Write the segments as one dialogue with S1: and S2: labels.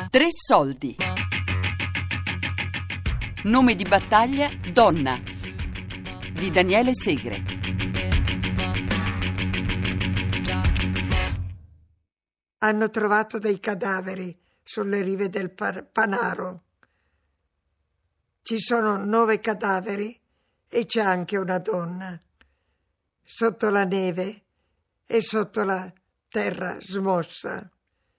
S1: Tre soldi. Nome di battaglia Donna di Daniele Segre.
S2: Hanno trovato dei cadaveri sulle rive del Panaro. Ci sono 9 cadaveri e c'è anche una donna. Sotto la neve e sotto la terra smossa.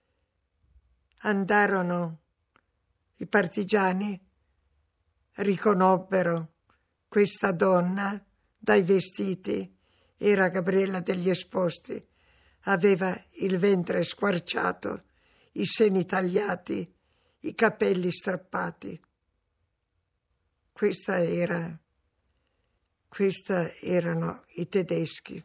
S2: Andarono i partigiani, riconobbero questa donna dai vestiti, era Gabriella degli Esposti, aveva il ventre squarciato, i seni tagliati, i capelli strappati. Questi erano i tedeschi.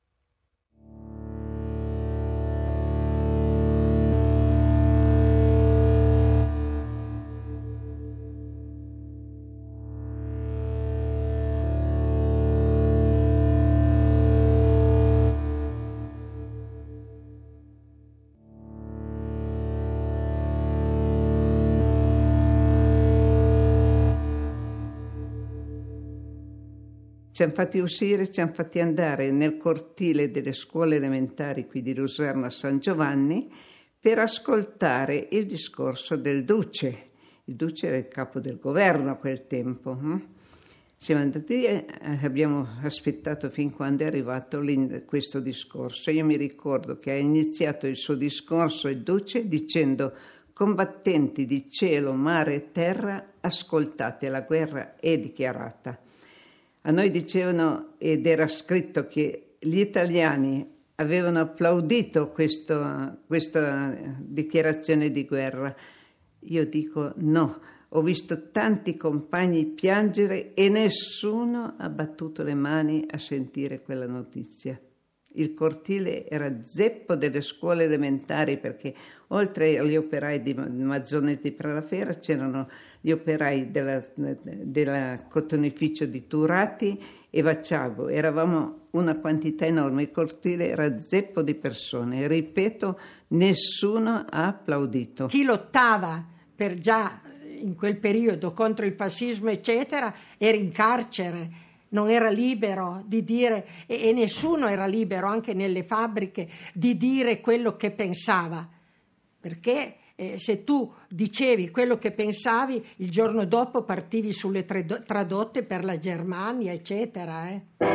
S3: Ci hanno fatti uscire, ci hanno fatti andare nel cortile delle scuole elementari qui di Luserna San Giovanni per ascoltare il discorso del Duce. Il Duce era il capo del governo a quel tempo. Siamo andati e abbiamo aspettato fin quando è arrivato questo discorso. Io mi ricordo che ha iniziato il suo discorso il Duce dicendo: combattenti di cielo, mare e terra, ascoltate, la guerra è dichiarata. A noi dicevano, ed era scritto, che gli italiani avevano applaudito questa dichiarazione di guerra. Io dico no, ho visto tanti compagni piangere e nessuno ha battuto le mani a sentire quella notizia. Il cortile era zeppo delle scuole elementari, perché oltre agli operai di Mazzonetti Pralafera c'erano gli operai della cotonificio di Turati e Vacciago. Eravamo una quantità enorme, il cortile era zeppo di persone. Ripeto, nessuno ha applaudito.
S2: Chi lottava per già in quel periodo contro il fascismo eccetera era in carcere, non era libero di dire, e nessuno era libero anche nelle fabbriche di dire quello che pensava, perché se tu dicevi quello che pensavi, il giorno dopo partivi sulle tradotte per la Germania, eccetera.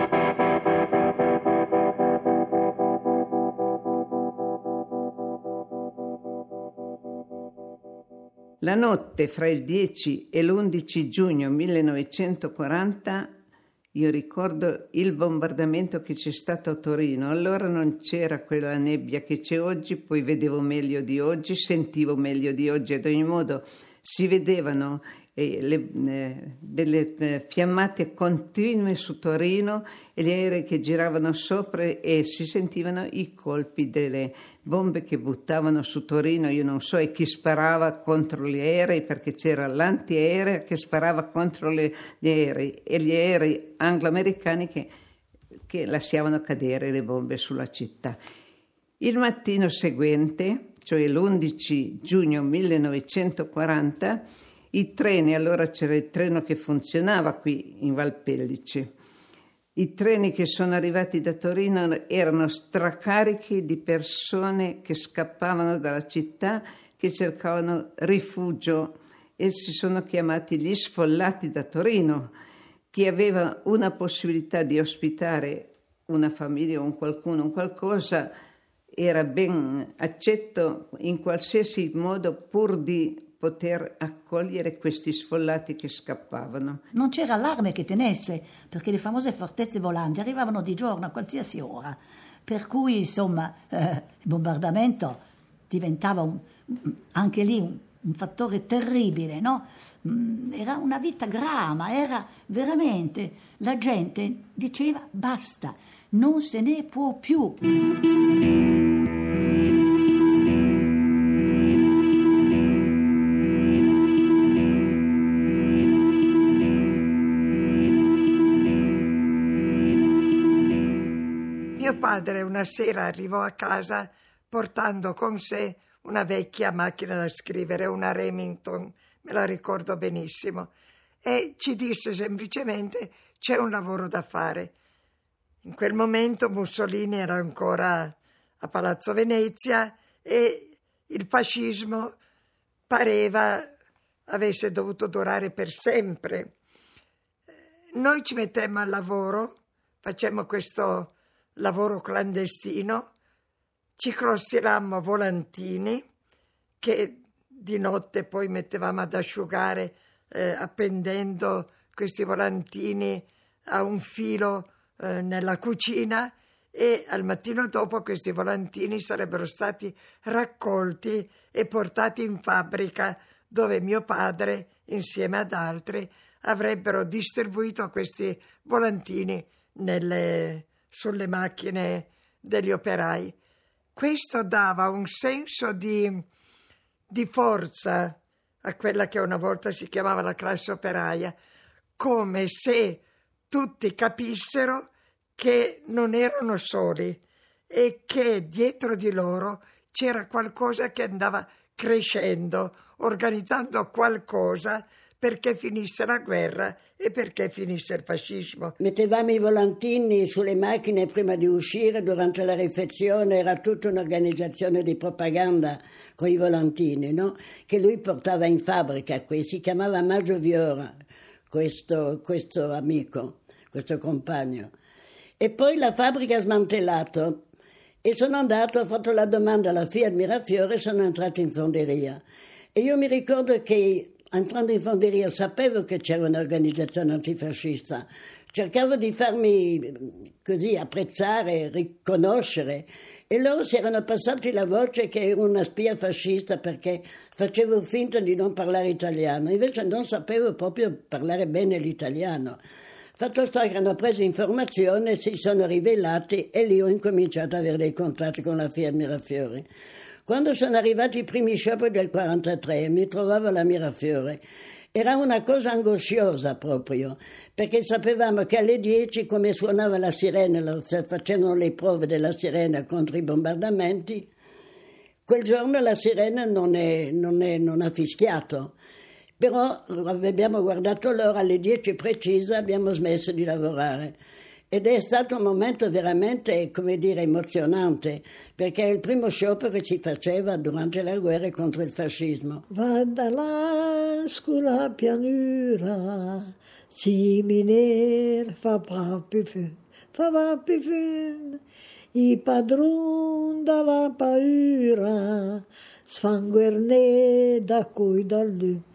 S3: La notte fra il 10 e l'11 giugno 1940 io ricordo il bombardamento che c'è stato a Torino. Allora non c'era quella nebbia che c'è oggi, poi vedevo meglio di oggi, sentivo meglio di oggi. Ad ogni modo si vedevano delle fiammate continue su Torino e gli aerei che giravano sopra e si sentivano i colpi delle bombe che buttavano su Torino. Io non so chi sparava contro gli aerei, perché c'era l'antiaerea che sparava contro gli aerei e gli aerei anglo-americani che lasciavano cadere le bombe sulla città. Il mattino seguente, cioè l'11 giugno 1940, i treni, allora c'era il treno che funzionava qui in Valpellice. I treni che sono arrivati da Torino erano stracarichi di persone che scappavano dalla città, che cercavano rifugio, e si sono chiamati gli sfollati da Torino. Chi aveva una possibilità di ospitare una famiglia o un qualcuno, un qualcosa, era ben accetto in qualsiasi modo pur di poter accogliere questi sfollati che scappavano.
S4: Non c'era allarme che tenesse, perché le famose fortezze volanti arrivavano di giorno a qualsiasi ora, per cui insomma il bombardamento diventava anche lì un fattore terribile, no? Era una vita grama, era veramente, la gente diceva basta, non se ne può più.
S2: Mio padre una sera arrivò a casa portando con sé
S5: una vecchia macchina da scrivere, una Remington, me la ricordo benissimo, e ci disse semplicemente: c'è un lavoro da fare. In quel momento Mussolini era ancora a Palazzo Venezia e il fascismo pareva avesse dovuto durare per sempre. Noi ci mettemmo al lavoro, facemmo questo lavoro clandestino, ci crostirammo volantini che di notte poi mettevamo ad asciugare appendendo questi volantini a un filo nella cucina, e al mattino dopo questi volantini sarebbero stati raccolti e portati in fabbrica, dove mio padre, insieme ad altri, avrebbero distribuito questi volantini sulle macchine degli operai. Questo dava un senso di forza a quella che una volta si chiamava la classe operaia, come se tutti capissero che non erano soli e che dietro di loro c'era qualcosa che andava crescendo, organizzando qualcosa perché finisse la guerra e perché finisse il fascismo.
S6: Mettevamo i volantini sulle macchine prima di uscire, durante la riflessione era tutta un'organizzazione di propaganda con i volantini, no? Che lui portava in fabbrica, si chiamava Maggio Viora, questo amico, questo compagno. E poi la fabbrica ha smantellato e sono andato, ho fatto la domanda alla Fiat Mirafiore e sono entrato in fonderia. E io mi ricordo che entrando in fonderia sapevo che c'era un'organizzazione antifascista, cercavo di farmi così apprezzare, riconoscere, e loro si erano passati la voce che ero una spia fascista perché facevo finta di non parlare italiano, invece non sapevo proprio parlare bene l'italiano. Fatto sta che hanno preso informazione, si sono rivelati e lì ho incominciato ad avere dei contatti con la Fiat Mirafiore. Quando sono arrivati i primi scioperi del 43 mi trovavo alla Mirafiore. Era una cosa angosciosa proprio, perché sapevamo che alle 10, come suonava la sirena, facevano le prove della sirena contro i bombardamenti, quel giorno la sirena non ha fischiato. Però abbiamo guardato l'ora, alle 10 precise abbiamo smesso di lavorare. Ed è stato un momento veramente, come dire, emozionante, perché è il primo sciopero che si faceva durante la guerra contro il fascismo.
S7: Vada là sulla pianura, Siminer fa più fun, i padroni dalla paura, sfanguerne da cui dal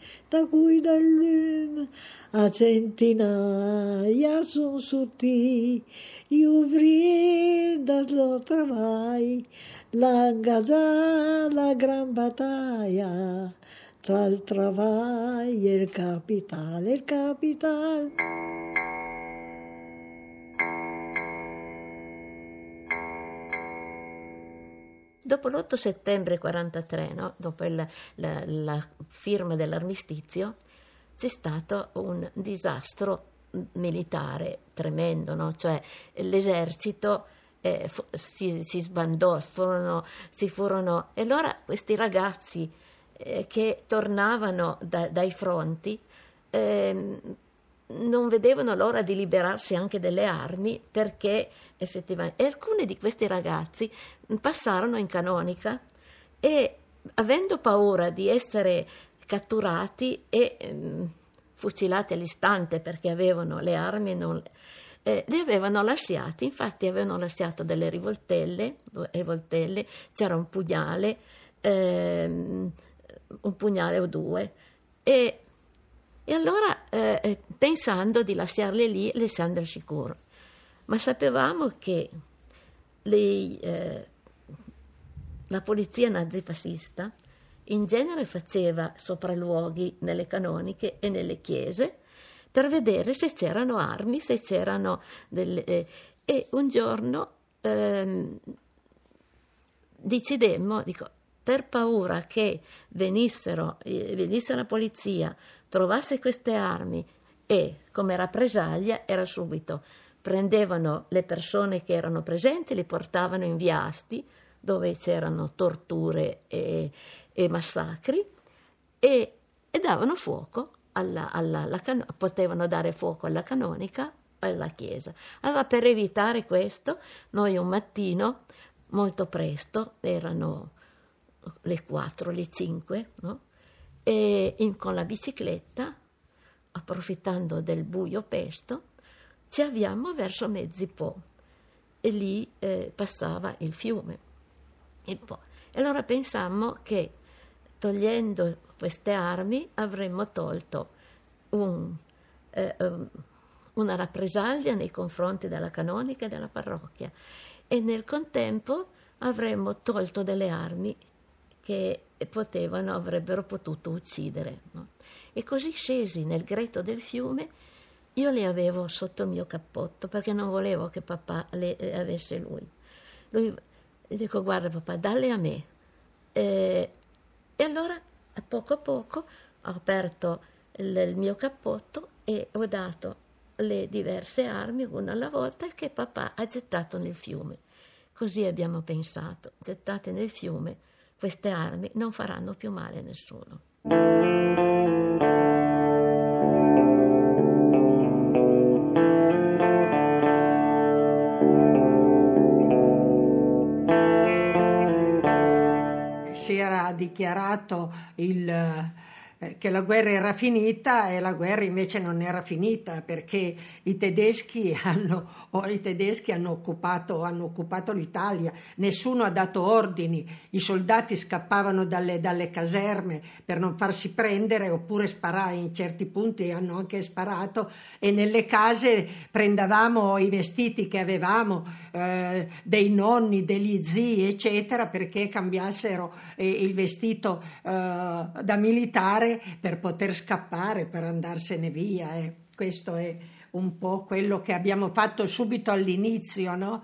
S7: lume, a centinaia sono sorti, gli ouvriers dal travail, l'engaggia la gran battaglia, tra il travail e il capitale,
S8: Dopo l'8 settembre 43, no? Dopo la firma dell'armistizio, c'è stato un disastro militare tremendo, no? Cioè l'esercito si sbandò, e allora questi ragazzi che tornavano dai fronti non vedevano l'ora di liberarsi anche delle armi, perché effettivamente alcuni di questi ragazzi passarono in canonica e, avendo paura di essere catturati e fucilati all'istante perché avevano le armi, li avevano lasciati. Infatti avevano lasciato delle rivoltelle, c'era un pugnale o due, e allora pensando di lasciarle lì, le siamo al sicuro. Ma sapevamo che la polizia nazifascista in genere faceva sopralluoghi nelle canoniche e nelle chiese per vedere se c'erano armi, se c'erano e un giorno decidemmo, per paura che venisse la polizia, trovasse queste armi, e come rappresaglia era subito: prendevano le persone che erano presenti, le portavano in via Asti, dove c'erano torture e massacri, e davano fuoco potevano dare fuoco alla canonica e alla chiesa. Allora, per evitare questo, noi un mattino, molto presto, erano le 4, le 5, no? E con la bicicletta, approfittando del buio pesto, ci avviamo verso Mezzipo, e lì passava il fiume, il Po. E allora pensammo che togliendo queste armi avremmo tolto una rappresaglia nei confronti della canonica e della parrocchia, e nel contempo avremmo tolto delle armi che avrebbero potuto uccidere, no? E così scesi nel greto del fiume. Io le avevo sotto il mio cappotto perché non volevo che papà le avesse lui. Gli dico: guarda papà, dalle a me. E allora a poco ho aperto il mio cappotto e ho dato le diverse armi una alla volta, che papà ha gettato nel fiume. Così abbiamo pensato: gettate nel fiume, queste armi non faranno più male a nessuno.
S2: Si era dichiarato che la guerra era finita, e la guerra invece non era finita, perché i tedeschi hanno occupato l'Italia. Nessuno ha dato ordini, i soldati scappavano dalle caserme per non farsi prendere, oppure sparare. In certi punti hanno anche sparato, e nelle case prendevamo i vestiti che avevamo, dei nonni, degli zii, eccetera, perché cambiassero il vestito da militare per poter scappare, per andarsene via. Questo è un po' quello che abbiamo fatto subito all'inizio, no?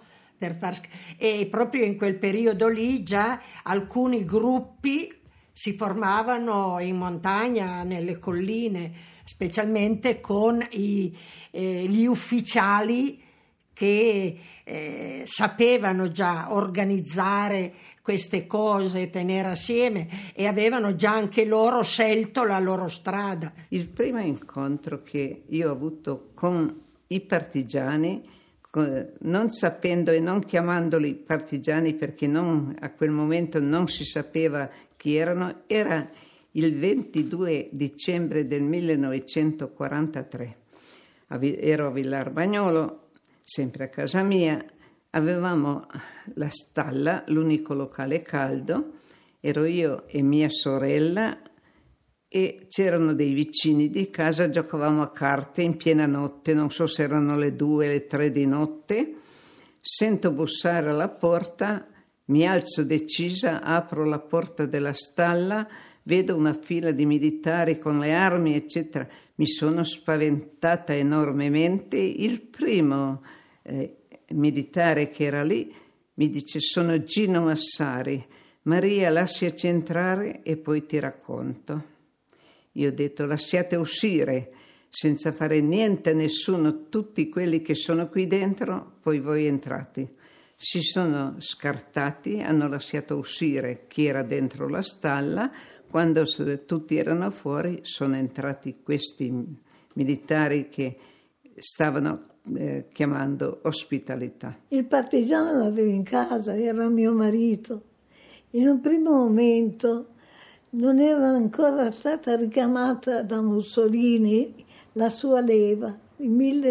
S2: E proprio in quel periodo lì già alcuni gruppi si formavano in montagna, nelle colline, specialmente con gli ufficiali che sapevano già organizzare queste cose, tenere assieme, e avevano già anche loro scelto la loro strada.
S3: Il primo incontro che io ho avuto con i partigiani, non sapendo e non chiamandoli partigiani perché a quel momento non si sapeva chi erano, era il 22 dicembre del 1943. Ero a Villar Bagnolo, sempre a casa mia. Avevamo la stalla, l'unico locale caldo, ero io e mia sorella, e c'erano dei vicini di casa, giocavamo a carte in piena notte, non so se erano le 2, le 3 di notte. Sento bussare alla porta, mi alzo decisa, apro la porta della stalla, vedo una fila di militari con le armi, eccetera. Mi sono spaventata enormemente. Il primo militare che era lì mi dice: sono Gino Massari, Maria, lasciaci entrare e poi ti racconto. Io ho detto: lasciate uscire, senza fare niente a nessuno, tutti quelli che sono qui dentro, poi voi entrate. Si sono scartati, hanno lasciato uscire chi era dentro la stalla. Quando tutti erano fuori, sono entrati questi militari che stavano chiamando ospitalità.
S7: Il partigiano l'avevo in casa, era mio marito. In un primo momento non era ancora stata richiamata da Mussolini la sua leva, nel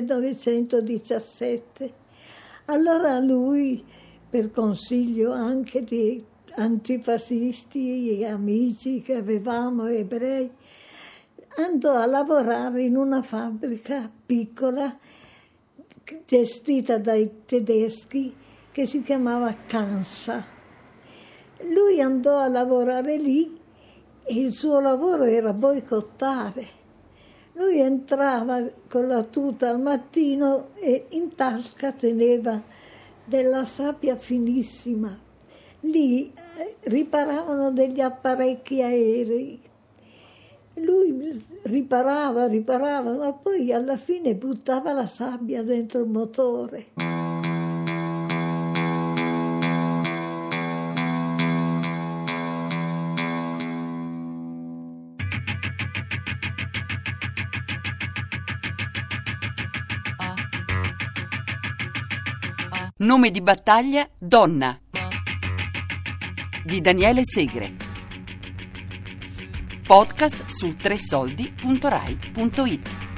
S7: 1917. Allora lui, per consiglio anche di antifascisti e amici che avevamo ebrei, andò a lavorare in una fabbrica piccola gestita dai tedeschi, che si chiamava Kansa. Lui andò a lavorare lì e il suo lavoro era boicottare. Lui entrava con la tuta al mattino e in tasca teneva della sabbia finissima. Lì riparavano degli apparecchi aerei. Lui riparava, ma poi alla fine buttava la sabbia dentro il motore.
S1: Nome di battaglia Donna di Daniele Segre. Podcast su tresoldi.rai.it.